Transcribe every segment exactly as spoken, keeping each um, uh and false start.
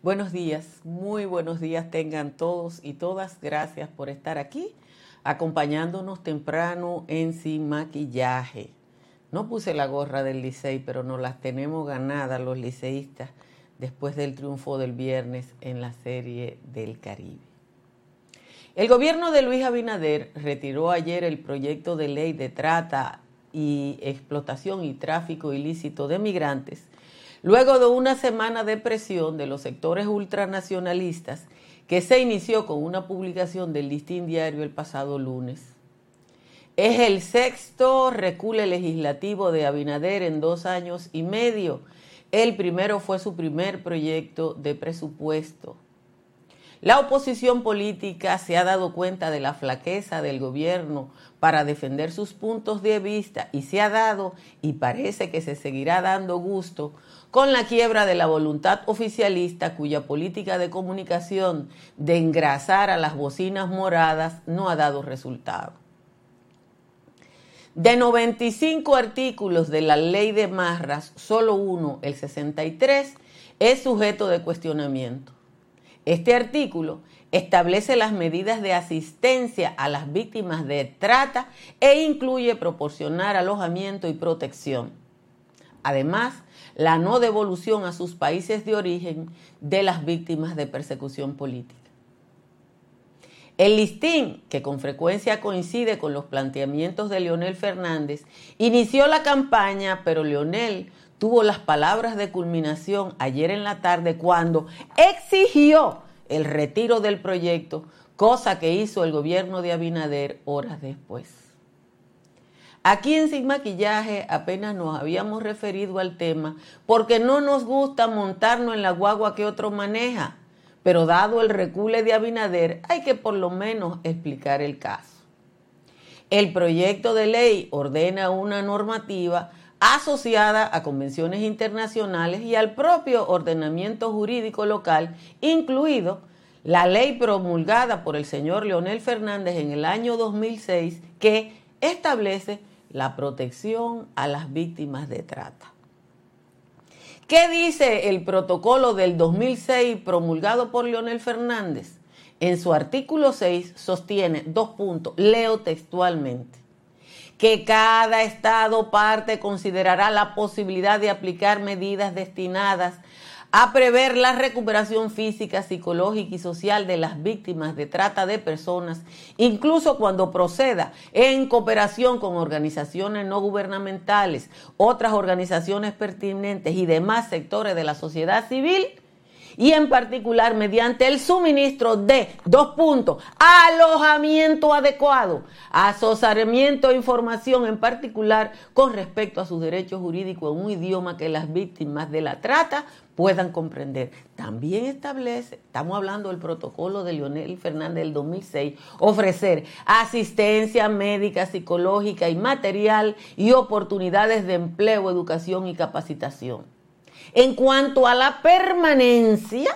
Buenos días, muy buenos días tengan todos y todas. Gracias por estar aquí, acompañándonos temprano en Sin Maquillaje. No puse la gorra del Licey, pero nos las tenemos ganadas los liceístas después del triunfo del viernes en la Serie del Caribe. El gobierno de Luis Abinader retiró ayer el proyecto de ley de trata y explotación y tráfico ilícito de migrantes, luego de una semana de presión de los sectores ultranacionalistas que se inició con una publicación del Listín Diario el pasado lunes. Es el sexto recule legislativo de Abinader en dos años y medio. El primero fue su primer proyecto de presupuesto. La oposición política se ha dado cuenta de la flaqueza del gobierno para defender sus puntos de vista y se ha dado, y parece que se seguirá dando gusto, con la quiebra de la voluntad oficialista cuya política de comunicación de engrasar a las bocinas moradas no ha dado resultado. De noventa y cinco artículos de la ley de Marras, solo uno, el sesenta y tres, es sujeto de cuestionamiento. Este artículo establece las medidas de asistencia a las víctimas de trata e incluye proporcionar alojamiento y protección. Además, la no devolución a sus países de origen de las víctimas de persecución política. El listín, que con frecuencia coincide con los planteamientos de Leonel Fernández, inició la campaña, pero Leonel tuvo las palabras de culminación ayer en la tarde cuando exigió el retiro del proyecto, cosa que hizo el gobierno de Abinader horas después. Aquí en Sin Maquillaje apenas nos habíamos referido al tema porque no nos gusta montarnos en la guagua que otro maneja, pero dado el recule de Abinader hay que por lo menos explicar el caso. El proyecto de ley ordena una normativa asociada a convenciones internacionales y al propio ordenamiento jurídico local, incluido la ley promulgada por el señor Leonel Fernández en el año dos mil seis que establece la protección a las víctimas de trata. ¿Qué dice el protocolo del dos mil seis promulgado por Leonel Fernández? En su artículo seis sostiene dos puntos, leo textualmente, que cada Estado parte considerará la posibilidad de aplicar medidas destinadas a prever la recuperación física, psicológica y social de las víctimas de trata de personas, incluso cuando proceda en cooperación con organizaciones no gubernamentales, otras organizaciones pertinentes y demás sectores de la sociedad civil, y en particular mediante el suministro de, dos puntos, alojamiento adecuado, asesoramiento e información en particular con respecto a sus derechos jurídicos en un idioma que las víctimas de la trata puedan comprender. También establece, estamos hablando del protocolo de Leonel Fernández del dos mil seis, ofrecer asistencia médica, psicológica y material y oportunidades de empleo, educación y capacitación. En cuanto a la permanencia,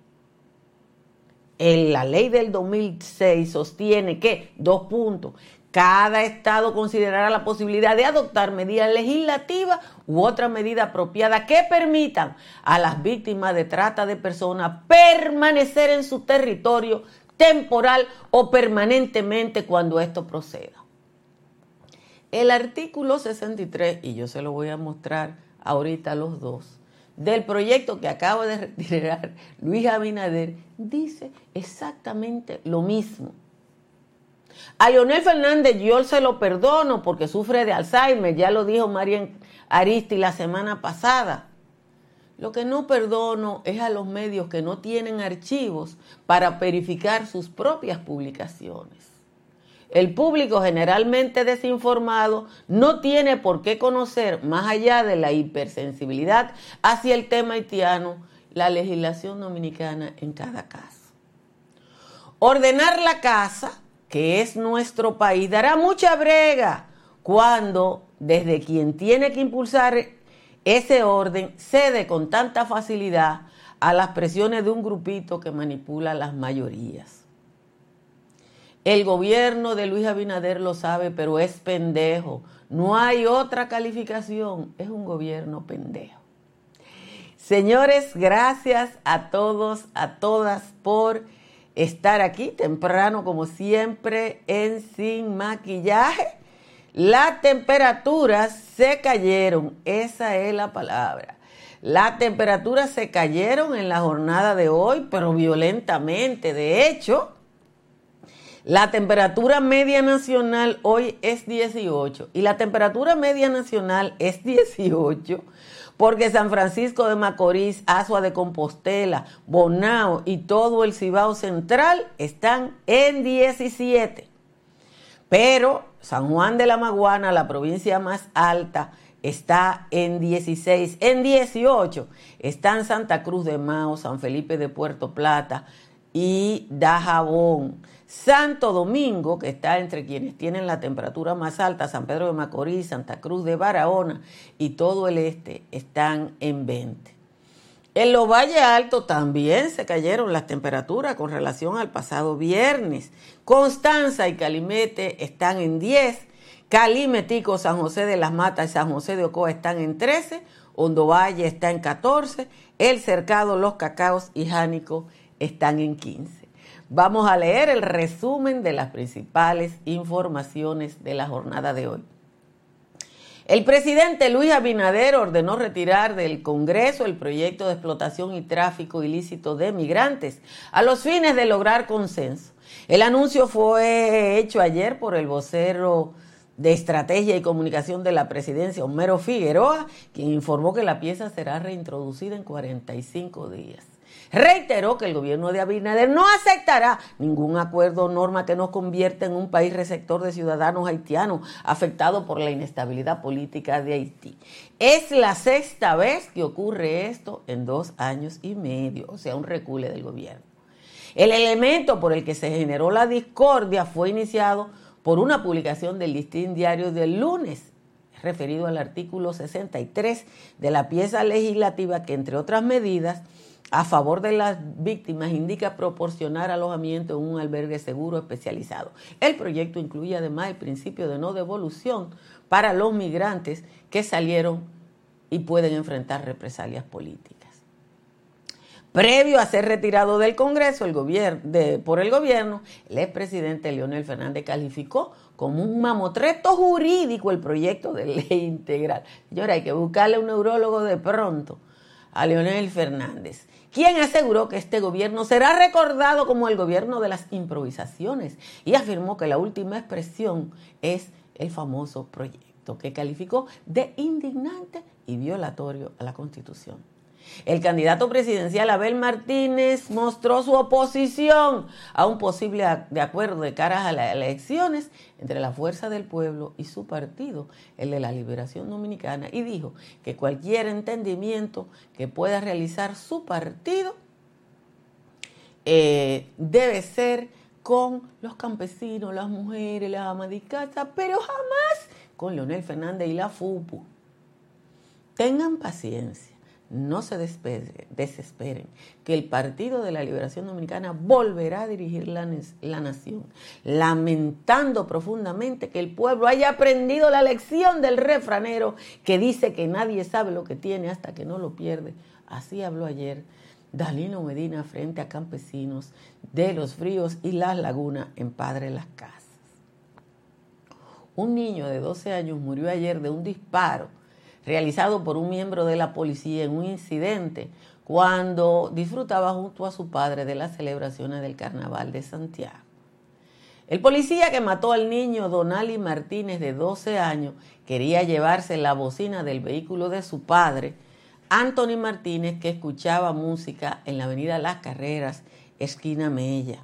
en la ley del dos mil seis sostiene que, dos puntos, cada Estado considerará la posibilidad de adoptar medidas legislativas u otra medida apropiada que permitan a las víctimas de trata de personas permanecer en su territorio temporal o permanentemente cuando esto proceda. El artículo sesenta y tres, y yo se lo voy a mostrar ahorita a los dos, del proyecto que acaba de retirar Luis Abinader, dice exactamente lo mismo. A Leonel Fernández yo se lo perdono porque sufre de Alzheimer, ya lo dijo Marian Aristi la semana pasada. Lo que no perdono es a los medios que no tienen archivos para verificar sus propias publicaciones. El público generalmente desinformado no tiene por qué conocer, más allá de la hipersensibilidad hacia el tema haitiano, la legislación dominicana en cada caso. Ordenar la casa, que es nuestro país, dará mucha brega cuando, desde quien tiene que impulsar ese orden, cede con tanta facilidad a las presiones de un grupito que manipula las mayorías. El gobierno de Luis Abinader lo sabe, pero es pendejo. No hay otra calificación. Es un gobierno pendejo. Señores, gracias a todos, a todas por estar aquí temprano, como siempre, en Sin Maquillaje. Las temperaturas se cayeron, esa es la palabra. Las temperaturas se cayeron en la jornada de hoy, pero violentamente. De hecho, la temperatura media nacional hoy es dieciocho y la temperatura media nacional es dieciocho porque San Francisco de Macorís, Asua de Compostela, Bonao y todo el Cibao Central están en diecisiete. Pero San Juan de la Maguana, la provincia más alta, está en dieciséis. En dieciocho están Santa Cruz de Mao, San Felipe de Puerto Plata y Dajabón. Santo Domingo, que está entre quienes tienen la temperatura más alta, San Pedro de Macorís, Santa Cruz de Barahona y todo el este, están en veinte. En los Valles Altos también se cayeron las temperaturas con relación al pasado viernes. Constanza y Calimete están en diez, Calimetico, San José de las Matas y San José de Ocoa están en trece, Hondo Valle está en catorce, El Cercado, Los Cacaos y Jánico están en quince. Vamos a leer el resumen de las principales informaciones de la jornada de hoy. El presidente Luis Abinader ordenó retirar del Congreso el proyecto de explotación y tráfico ilícito de migrantes a los fines de lograr consenso. El anuncio fue hecho ayer por el vocero de Estrategia y Comunicación de la Presidencia, Homero Figueroa, quien informó que la pieza será reintroducida en cuarenta y cinco días. Reiteró que el gobierno de Abinader no aceptará ningún acuerdo o norma que nos convierta en un país receptor de ciudadanos haitianos afectados por la inestabilidad política de Haití. Es la sexta vez que ocurre esto en dos años y medio, o sea, un recule del gobierno. El elemento por el que se generó la discordia fue iniciado por una publicación del Listín Diario del lunes, referido al artículo sesenta y tres de la pieza legislativa que, entre otras medidas, a favor de las víctimas indica proporcionar alojamiento en un albergue seguro especializado. El proyecto incluye además el principio de no devolución para los migrantes que salieron y pueden enfrentar represalias políticas. Previo a ser retirado del Congreso el gobierno, de, por el gobierno, el expresidente Leonel Fernández calificó como un mamotreto jurídico el proyecto de ley integral. Y ahora hay que buscarle un neurólogo de pronto a Leonel Fernández, quien aseguró que este gobierno será recordado como el gobierno de las improvisaciones y afirmó que la última expresión es el famoso proyecto, que calificó de indignante y violatorio a la Constitución. El candidato presidencial Abel Martínez mostró su oposición a un posible de acuerdo de cara a las elecciones entre la Fuerza del Pueblo y su partido, el de la Liberación Dominicana, y dijo que cualquier entendimiento que pueda realizar su partido eh, debe ser con los campesinos, las mujeres, las amas de casa, pero jamás con Leonel Fernández y la FUPU. Tengan paciencia. No se desesperen, que el Partido de la Liberación Dominicana volverá a dirigir la, la nación, lamentando profundamente que el pueblo haya aprendido la lección del refranero que dice que nadie sabe lo que tiene hasta que no lo pierde. Así habló ayer Danilo Medina frente a campesinos de Los Fríos y Las Lagunas en Padre Las Casas. Un niño de doce años murió ayer de un disparo realizado por un miembro de la policía en un incidente cuando disfrutaba junto a su padre de las celebraciones del Carnaval de Santiago. El policía que mató al niño Donali Martínez, de doce años, quería llevarse la bocina del vehículo de su padre, Anthony Martínez, que escuchaba música en la avenida Las Carreras, esquina Mella.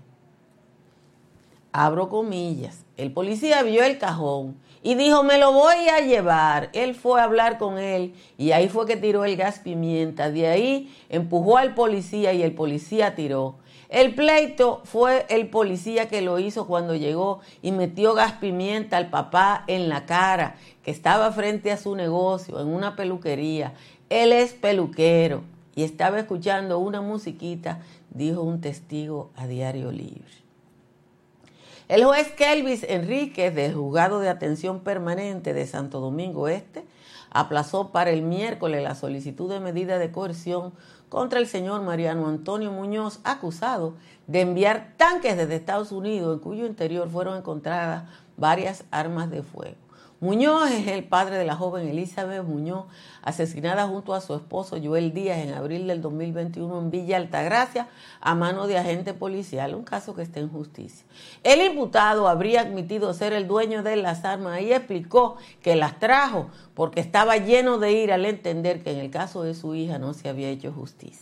Abro comillas. El policía vio el cajón y dijo, me lo voy a llevar. Él fue a hablar con él y ahí fue que tiró el gas pimienta. De ahí empujó al policía y el policía tiró. El pleito fue el policía que lo hizo cuando llegó y metió gas pimienta al papá en la cara, que estaba frente a su negocio, en una peluquería. Él es peluquero y estaba escuchando una musiquita, dijo un testigo a Diario Libre. El juez Kelvis Enríquez, del Juzgado de Atención Permanente de Santo Domingo Este, aplazó para el miércoles la solicitud de medida de coerción contra el señor Mariano Antonio Muñoz, acusado de enviar tanques desde Estados Unidos, en cuyo interior fueron encontradas varias armas de fuego. Muñoz es el padre de la joven Elizabeth Muñoz, asesinada junto a su esposo Joel Díaz en abril del dos mil veintiuno en Villa Altagracia a mano de agente policial, un caso que está en justicia. El imputado habría admitido ser el dueño de las armas y explicó que las trajo porque estaba lleno de ira al entender que en el caso de su hija no se había hecho justicia.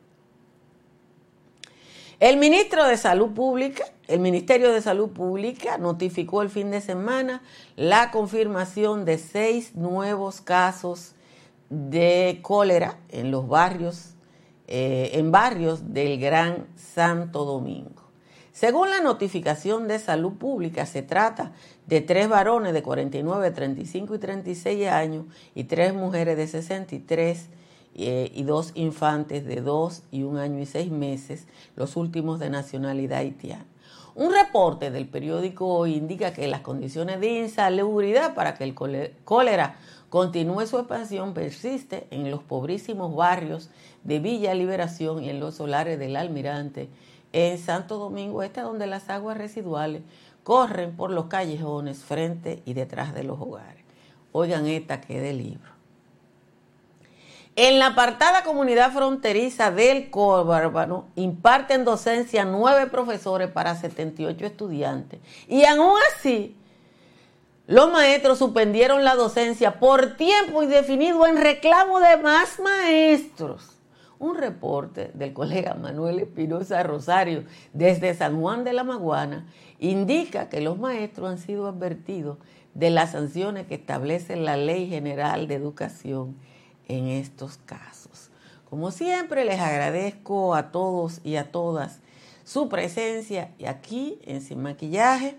El ministro de Salud Pública, el Ministerio de Salud Pública notificó el fin de semana la confirmación de seis nuevos casos de cólera en los barrios, eh, en barrios del Gran Santo Domingo. Según la notificación de Salud Pública, se trata de tres varones de cuarenta y nueve, treinta y cinco y treinta y seis años y tres mujeres de sesenta y tres Eh, y dos infantes de dos y un año y seis meses, los últimos de nacionalidad haitiana. Un reporte del periódico Hoy indica que las condiciones de insalubridad para que el cólera continúe su expansión persiste en los pobrísimos barrios de Villa Liberación y en los solares del Almirante en Santo Domingo Este, donde las aguas residuales corren por los callejones frente y detrás de los hogares. Oigan esta que de libro. En la apartada comunidad fronteriza del Córbano imparten docencia nueve profesores para setenta y ocho estudiantes. Y aún así, los maestros suspendieron la docencia por tiempo indefinido en reclamo de más maestros. Un reporte del colega Manuel Espinosa Rosario desde San Juan de la Maguana indica que los maestros han sido advertidos de las sanciones que establece la Ley General de Educación en estos casos. Como siempre, les agradezco a todos y a todas su presencia aquí en Sin Maquillaje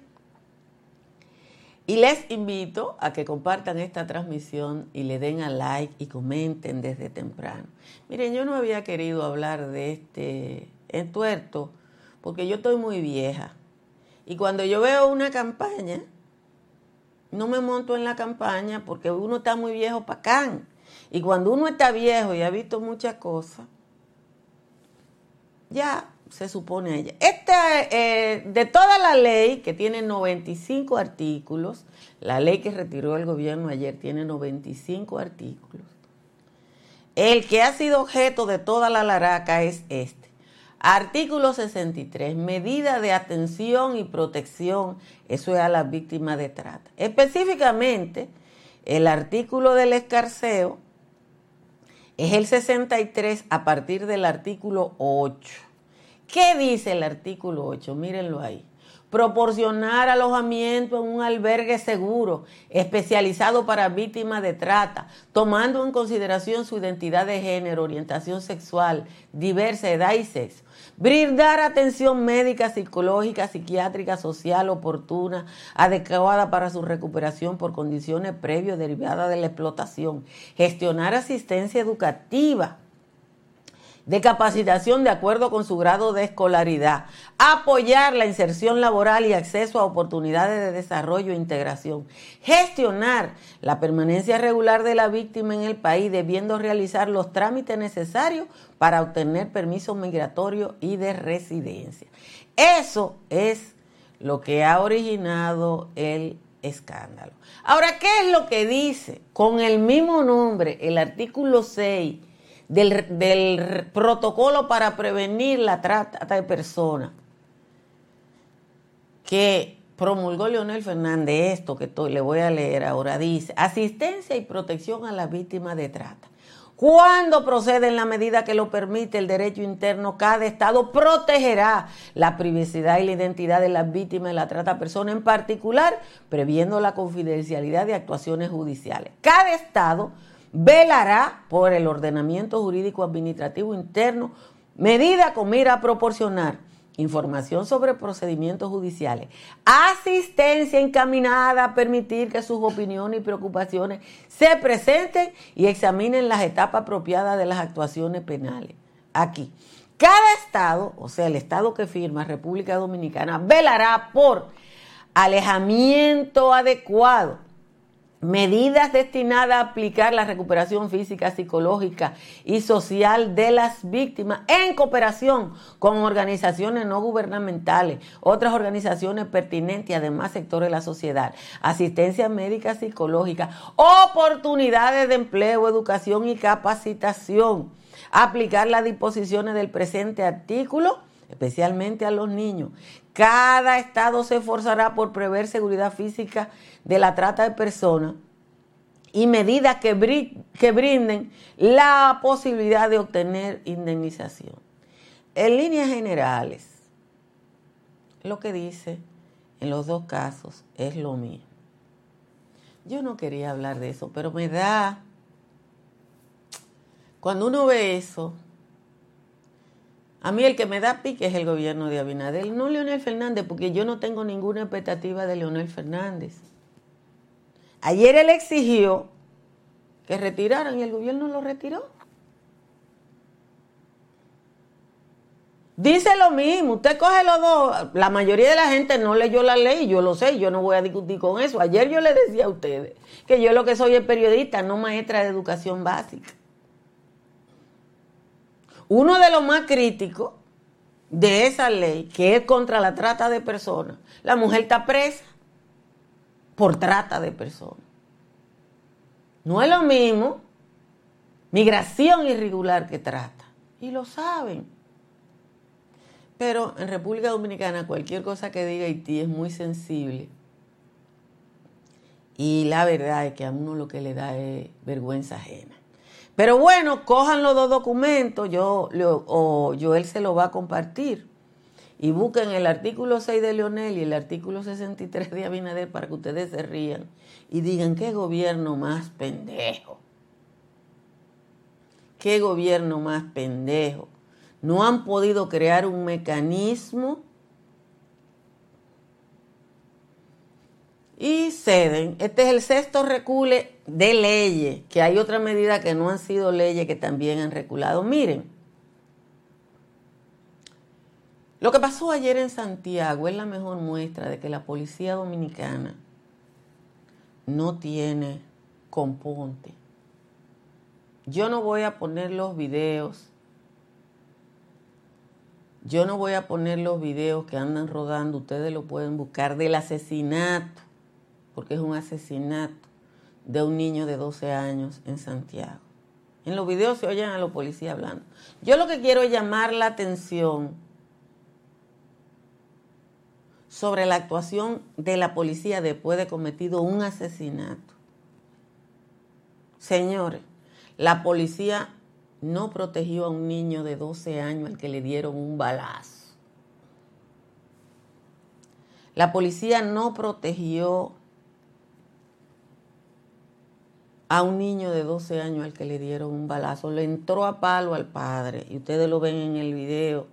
y les invito a que compartan esta transmisión y le den a like y comenten desde temprano. Miren, yo no había querido hablar de este entuerto porque yo estoy muy vieja y cuando yo veo una campaña no me monto en la campaña porque uno está muy viejo pacán. Y cuando uno está viejo y ha visto muchas cosas, ya se supone ella. Esta, eh, de toda la ley, que tiene noventa y cinco artículos, la ley que retiró el gobierno ayer tiene noventa y cinco artículos, el que ha sido objeto de toda la laraca es este. Artículo sesenta y tres, medida de atención y protección, eso es a las víctimas de trata. Específicamente, el artículo del escarceo es el sesenta y tres a partir del artículo ocho. ¿Qué dice el artículo ocho? Mírenlo ahí. Proporcionar alojamiento en un albergue seguro, especializado para víctimas de trata, tomando en consideración su identidad de género, orientación sexual, diversa edad y sexo. Brindar atención médica, psicológica, psiquiátrica, social, oportuna, adecuada para su recuperación por condiciones previas derivadas de la explotación. Gestionar asistencia educativa de capacitación de acuerdo con su grado de escolaridad, apoyar la inserción laboral y acceso a oportunidades de desarrollo e integración, gestionar la permanencia regular de la víctima en el país, debiendo realizar los trámites necesarios para obtener permisos migratorios y de residencia. Eso es lo que ha originado el escándalo. Ahora, ¿qué es lo que dice con el mismo nombre el artículo seis Del, del protocolo para prevenir la trata de personas que promulgó Leonel Fernández? Esto que estoy, le voy a leer ahora, dice: asistencia y protección a las víctimas de trata. Cuando procede en la medida que lo permite el derecho interno, cada Estado protegerá la privacidad y la identidad de las víctimas de la trata de personas, en particular previendo la confidencialidad de actuaciones judiciales. Cada Estado velará por el ordenamiento jurídico administrativo interno, medida con mira a proporcionar información sobre procedimientos judiciales, asistencia encaminada a permitir que sus opiniones y preocupaciones se presenten y examinen las etapas apropiadas de las actuaciones penales. Aquí, cada Estado, o sea, el Estado que firma, República Dominicana, velará por alejamiento adecuado medidas destinadas a aplicar la recuperación física, psicológica y social de las víctimas en cooperación con organizaciones no gubernamentales, otras organizaciones pertinentes y además sectores de la sociedad, asistencia médica psicológica, oportunidades de empleo, educación y capacitación, aplicar las disposiciones del presente artículo, especialmente a los niños. Cada estado se esforzará por prever seguridad física de la trata de personas y medidas que, br- que brinden la posibilidad de obtener indemnización. En líneas generales, lo que dice en los dos casos es lo mismo. Yo no quería hablar de eso, pero me da, cuando uno ve eso, a mí el que me da pique es el gobierno de Abinader, no Leonel Fernández, porque yo no tengo ninguna expectativa de Leonel Fernández. Ayer él exigió que retiraran y el gobierno lo retiró. Dice lo mismo, usted coge los dos, la mayoría de la gente no leyó la ley, yo lo sé, yo no voy a discutir con eso. Ayer yo le decía a ustedes que yo lo que soy es periodista, no maestra de educación básica. Uno de los más críticos de esa ley, que es contra la trata de personas, la mujer está presa por trata de personas. No es lo mismo migración irregular que trata, y lo saben. Pero en República Dominicana cualquier cosa que diga Haití es muy sensible. Y la verdad es que a uno lo que le da es vergüenza ajena. Pero bueno, cojan los dos documentos, yo, yo, o Joel se lo va a compartir. Y busquen el artículo seis de Leonel y el artículo sesenta y tres de Abinader para que ustedes se rían y digan, ¿qué gobierno más pendejo? ¿Qué gobierno más pendejo? No han podido crear un mecanismo y ceden. Este es el sexto recule de leyes, que hay otras medidas que no han sido leyes que también han reculado. Miren, lo que pasó ayer en Santiago es la mejor muestra de que la policía dominicana no tiene componte. Yo no voy a poner los videos, yo no voy a poner los videos que andan rodando, ustedes lo pueden buscar, del asesinato, porque es un asesinato de un niño de doce años en Santiago. En los videos se oyen a los policías hablando. Yo lo que quiero es llamar la atención sobre la actuación de la policía después de cometido un asesinato. Señores, la policía no protegió a un niño de doce años al que le dieron un balazo. La policía no protegió a un niño de doce años al que le dieron un balazo. Le entró a palo al padre y ustedes lo ven en el video.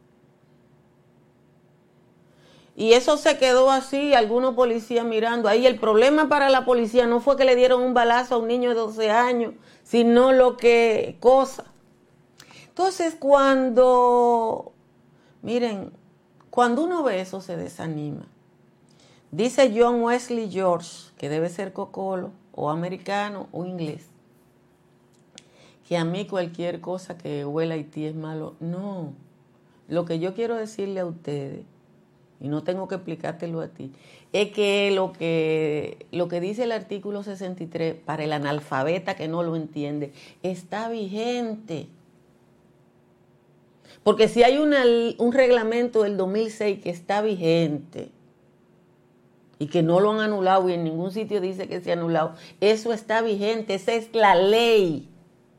Y eso se quedó así, algunos policías mirando. Ahí el problema para la policía no fue que le dieron un balazo a un niño de doce años, sino lo que cosa. Entonces cuando, miren, cuando uno ve eso se desanima. Dice John Wesley George, que debe ser cocolo, o americano, o inglés, que a mí cualquier cosa que huela a Haití es malo. No, lo que yo quiero decirle a ustedes, y no tengo que explicártelo a ti, es que lo que, lo que dice el artículo sesenta y tres, para el analfabeta que no lo entiende, está vigente. Porque si hay una, un reglamento del dos mil seis que está vigente y que no lo han anulado y en ningún sitio dice que se ha anulado, eso está vigente, esa es la ley.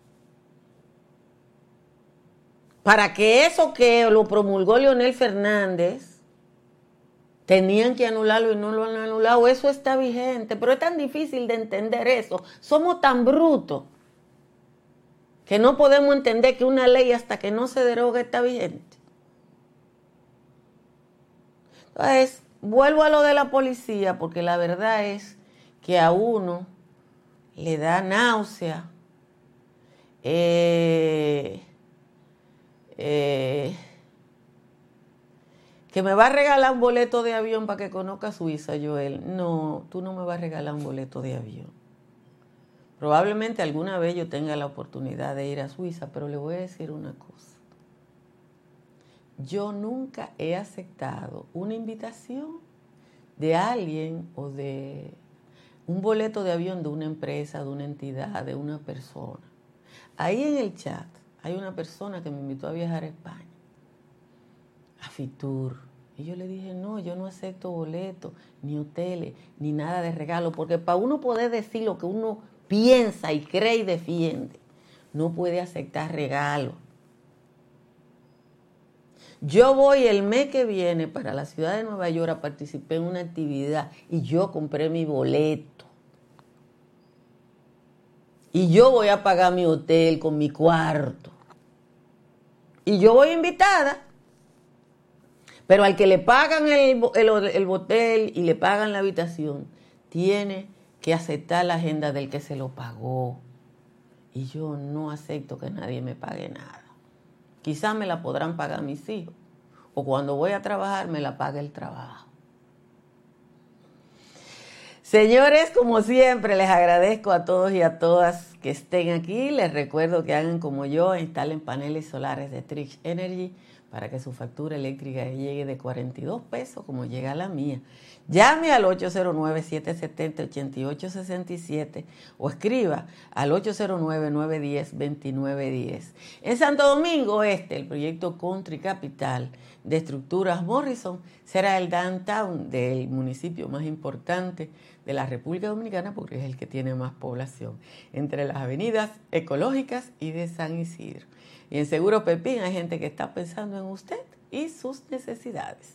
Para que eso que lo promulgó Leonel Fernández, tenían que anularlo y no lo han anulado, eso está vigente, pero es tan difícil de entender eso. Somos tan brutos que no podemos entender que una ley hasta que no se derogue está vigente. Entonces, vuelvo a lo de la policía, porque la verdad es que a uno le da náusea, eh, eh, que me va a regalar un boleto de avión para que conozca Suiza, Joel. No, tú no me vas a regalar un boleto de avión. Probablemente alguna vez yo tenga la oportunidad de ir a Suiza, pero le voy a decir una cosa. Yo nunca he aceptado una invitación de alguien o de un boleto de avión de una empresa, de una entidad, de una persona. Ahí en el chat hay una persona que me invitó a viajar a España, a Fitur. Y yo le dije, no, yo no acepto boletos, ni hoteles, ni nada de regalo, porque para uno poder decir lo que uno piensa y cree y defiende, no puede aceptar regalos. Yo voy el mes que viene para la ciudad de Nueva York a participar en una actividad y yo compré mi boleto. Y yo voy a pagar mi hotel con mi cuarto. Y yo voy invitada. Pero al que le pagan el, el, el hotel y le pagan la habitación, tiene que aceptar la agenda del que se lo pagó. Y yo no acepto que nadie me pague nada. Quizás me la podrán pagar mis hijos. O cuando voy a trabajar me la paga el trabajo. Señores, como siempre, les agradezco a todos y a todas que estén aquí. Les recuerdo que hagan como yo, instalen paneles solares de Trix Energy para que su factura eléctrica llegue de cuarenta y dos pesos como llega la mía. Llame al ocho cero nueve, siete siete cero, ocho ocho seis siete o escriba al ocho cero nueve, nueve uno cero, dos nueve uno cero. En Santo Domingo Este, el proyecto Country Capital de Estructuras Morrison será el downtown del municipio más importante de la República Dominicana porque es el que tiene más población, entre las avenidas ecológicas y de San Isidro. Y en Seguro Pepín hay gente que está pensando en usted y sus necesidades.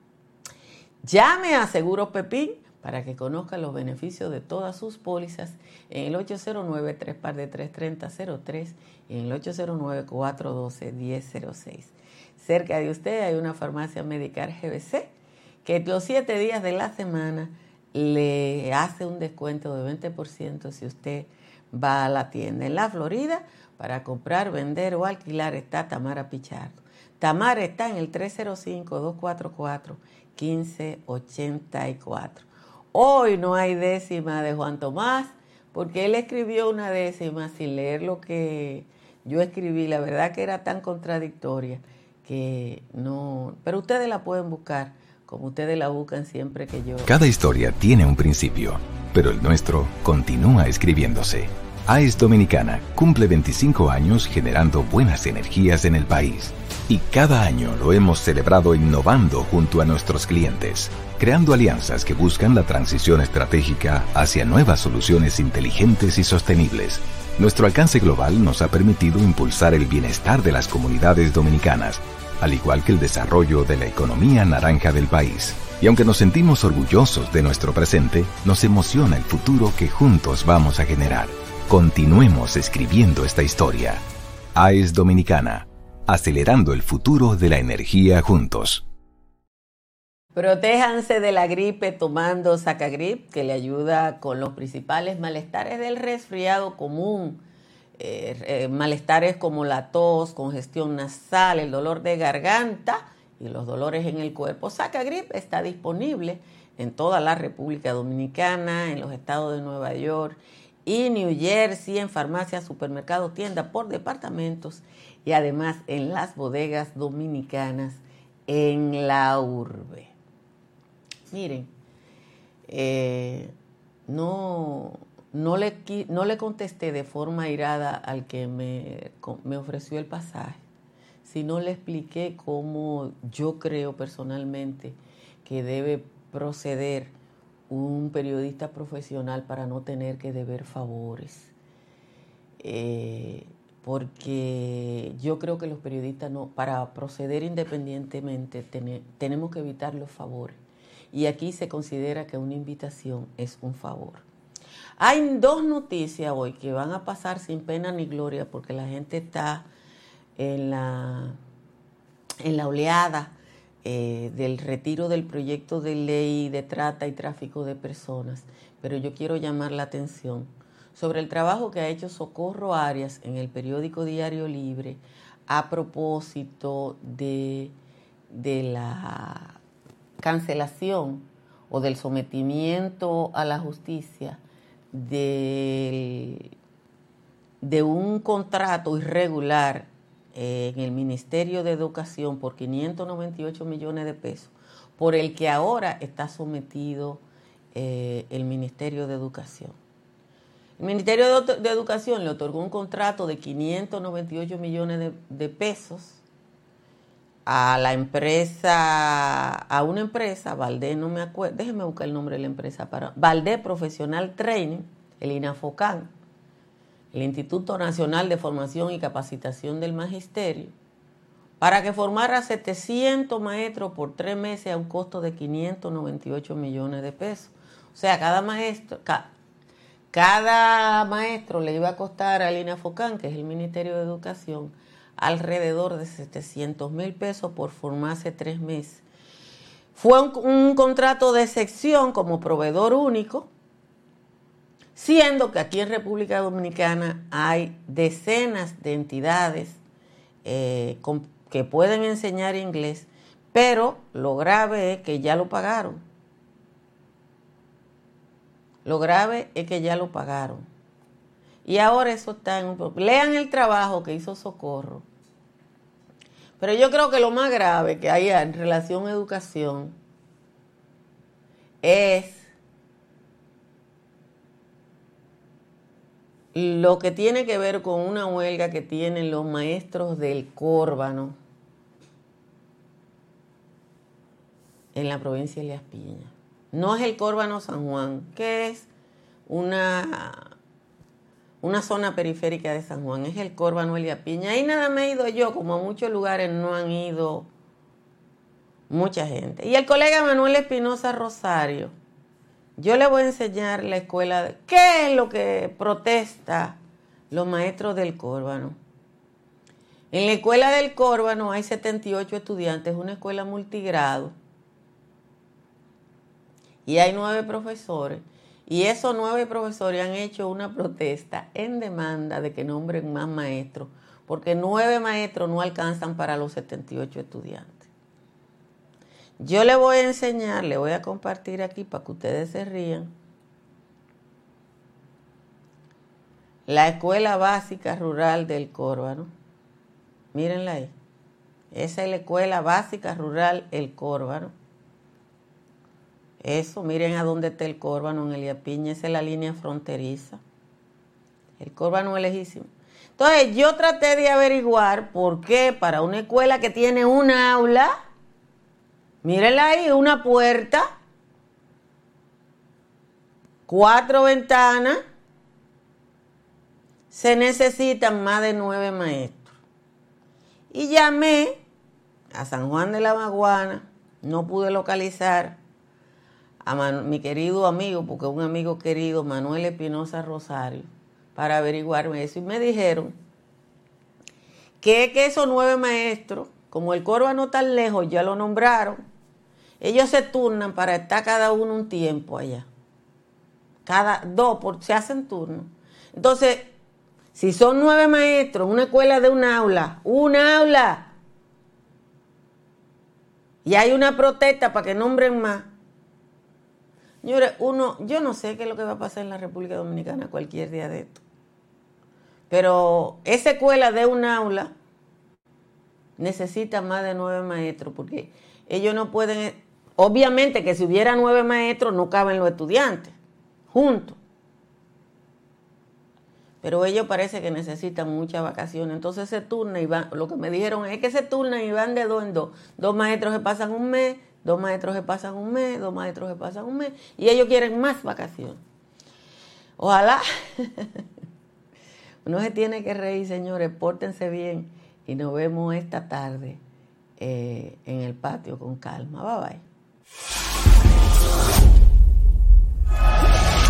Llame a Seguro Pepín para que conozca los beneficios de todas sus pólizas en el ocho cero nueve, tres tres cero, tres cero cero tres y en el ocho cero nueve, cuatro uno dos, uno cero cero seis. Cerca de usted hay una farmacia Medicar G B C que los siete días de la semana le hace un descuento de veinte por ciento si usted va a la tienda. En la Florida, para comprar, vender o alquilar está Tamara Pichardo. Tamara está en el tres cero cinco, dos cuatro cuatro, uno cinco ocho cuatro. Hoy no hay décima de Juan Tomás porque él escribió una décima sin leer lo que yo escribí. La verdad que era tan contradictoria que no... Pero ustedes la pueden buscar como ustedes la buscan siempre que yo... Cada historia tiene un principio, pero el nuestro continúa escribiéndose. A E S Dominicana cumple veinticinco años generando buenas energías en el país. Y cada año lo hemos celebrado innovando junto a nuestros clientes, creando alianzas que buscan la transición estratégica hacia nuevas soluciones inteligentes y sostenibles. Nuestro alcance global nos ha permitido impulsar el bienestar de las comunidades dominicanas, al igual que el desarrollo de la economía naranja del país. Y aunque nos sentimos orgullosos de nuestro presente, nos emociona el futuro que juntos vamos a generar. Continuemos escribiendo esta historia. A E S Dominicana, acelerando el futuro de la energía juntos. Protéjanse de la gripe tomando Sacagrip, que le ayuda con los principales malestares del resfriado común. Eh, eh, malestares como la tos, congestión nasal, el dolor de garganta y los dolores en el cuerpo. Sacagrip está disponible en toda la República Dominicana, en los estados de Nueva York y New Jersey, en farmacias, supermercados, tiendas por departamentos y además en las bodegas dominicanas en la urbe. Miren, eh, no, no, le, no le contesté de forma airada al que me, me ofreció el pasaje, sino le expliqué cómo yo creo personalmente que debe proceder un periodista profesional para no tener que deber favores. Eh, porque yo creo que los periodistas, no, para proceder independientemente, ten, tenemos que evitar los favores. Y aquí se considera que una invitación es un favor. Hay dos noticias hoy que van a pasar sin pena ni gloria porque la gente está en la, en la oleada eh, del retiro del proyecto de ley de trata y tráfico de personas. Pero yo quiero llamar la atención sobre el trabajo que ha hecho Socorro Arias en el periódico Diario Libre a propósito de, de la cancelación o del sometimiento a la justicia de, de un contrato irregular eh, en el Ministerio de Educación por quinientos noventa y ocho millones de pesos, por el que ahora está sometido eh, el Ministerio de Educación. El Ministerio de, de Educación le otorgó un contrato de quinientos noventa y ocho millones de, de pesos a la empresa, a una empresa, Valdés, no me acuerdo, déjeme buscar el nombre de la empresa, para Valdés Professional Training, el INAFOCAN, el Instituto Nacional de Formación y Capacitación del Magisterio, para que formara setecientos maestros por tres meses a un costo de quinientos noventa y ocho millones de pesos. O sea, cada maestro, ca, cada maestro le iba a costar al INAFOCAN, que es el Ministerio de Educación, alrededor de setecientos mil pesos por formarse tres meses. Fue un, un contrato de sección como proveedor único, siendo que aquí en República Dominicana hay decenas de entidades eh, con, que pueden enseñar inglés, pero lo grave es que ya lo pagaron. Lo grave es que ya lo pagaron. Y ahora eso está en un problema. Lean el trabajo que hizo Socorro. Pero yo creo que lo más grave que hay en relación a educación es lo que tiene que ver con una huelga que tienen los maestros del Córbano en la provincia de Elías Piña. No es el Córbano San Juan, que es una... una zona periférica de San Juan, es el Córbano Elías Piña. Ahí nada me he ido yo, como a muchos lugares no han ido mucha gente. Y el colega Manuel Espinosa Rosario, yo le voy a enseñar la escuela, de, ¿qué es lo que protesta los maestros del Córbano? En la escuela del Córbano hay setenta y ocho estudiantes, una escuela multigrado, y hay nueve profesores. Y esos nueve profesores han hecho una protesta en demanda de que nombren más maestros, porque nueve maestros no alcanzan para los setenta y ocho estudiantes. Yo le voy a enseñar, le voy a compartir aquí para que ustedes se rían, la Escuela Básica Rural del Córbano. Mírenla ahí. Esa es la Escuela Básica Rural El Córbano. Eso, miren a dónde está el Córbano en Elías Piña, esa es la línea fronteriza. El Córbano es lejísimo. Entonces, yo traté de averiguar por qué para una escuela que tiene un aula, mírenla ahí, una puerta, cuatro ventanas, se necesitan más de nueve maestros. Y llamé a San Juan de la Maguana, no pude localizar a Manu, mi querido amigo, porque es un amigo querido, Manuel Espinosa Rosario, para averiguarme eso. Y me dijeron que, que esos nueve maestros, como el Córbano no tan lejos, ya lo nombraron, ellos se turnan para estar cada uno un tiempo allá. Cada dos, por, se hacen turnos. Entonces, si son nueve maestros, una escuela de un aula, un aula, y hay una protesta para que nombren más. Señores, uno, yo no sé qué es lo que va a pasar en la República Dominicana cualquier día de esto. Pero esa escuela de un aula necesita más de nueve maestros, porque ellos no pueden, obviamente que si hubiera nueve maestros no caben los estudiantes juntos. Pero ellos parece que necesitan muchas vacaciones, entonces se turnan y van, lo que me dijeron es que se turnan y van de dos en dos. Dos maestros se pasan un mes, dos maestros se pasan un mes, dos maestros se pasan un mes, y ellos quieren más vacaciones. Ojalá. Uno se tiene que reír, señores, pórtense bien y nos vemos esta tarde eh, en el patio con calma. Bye bye.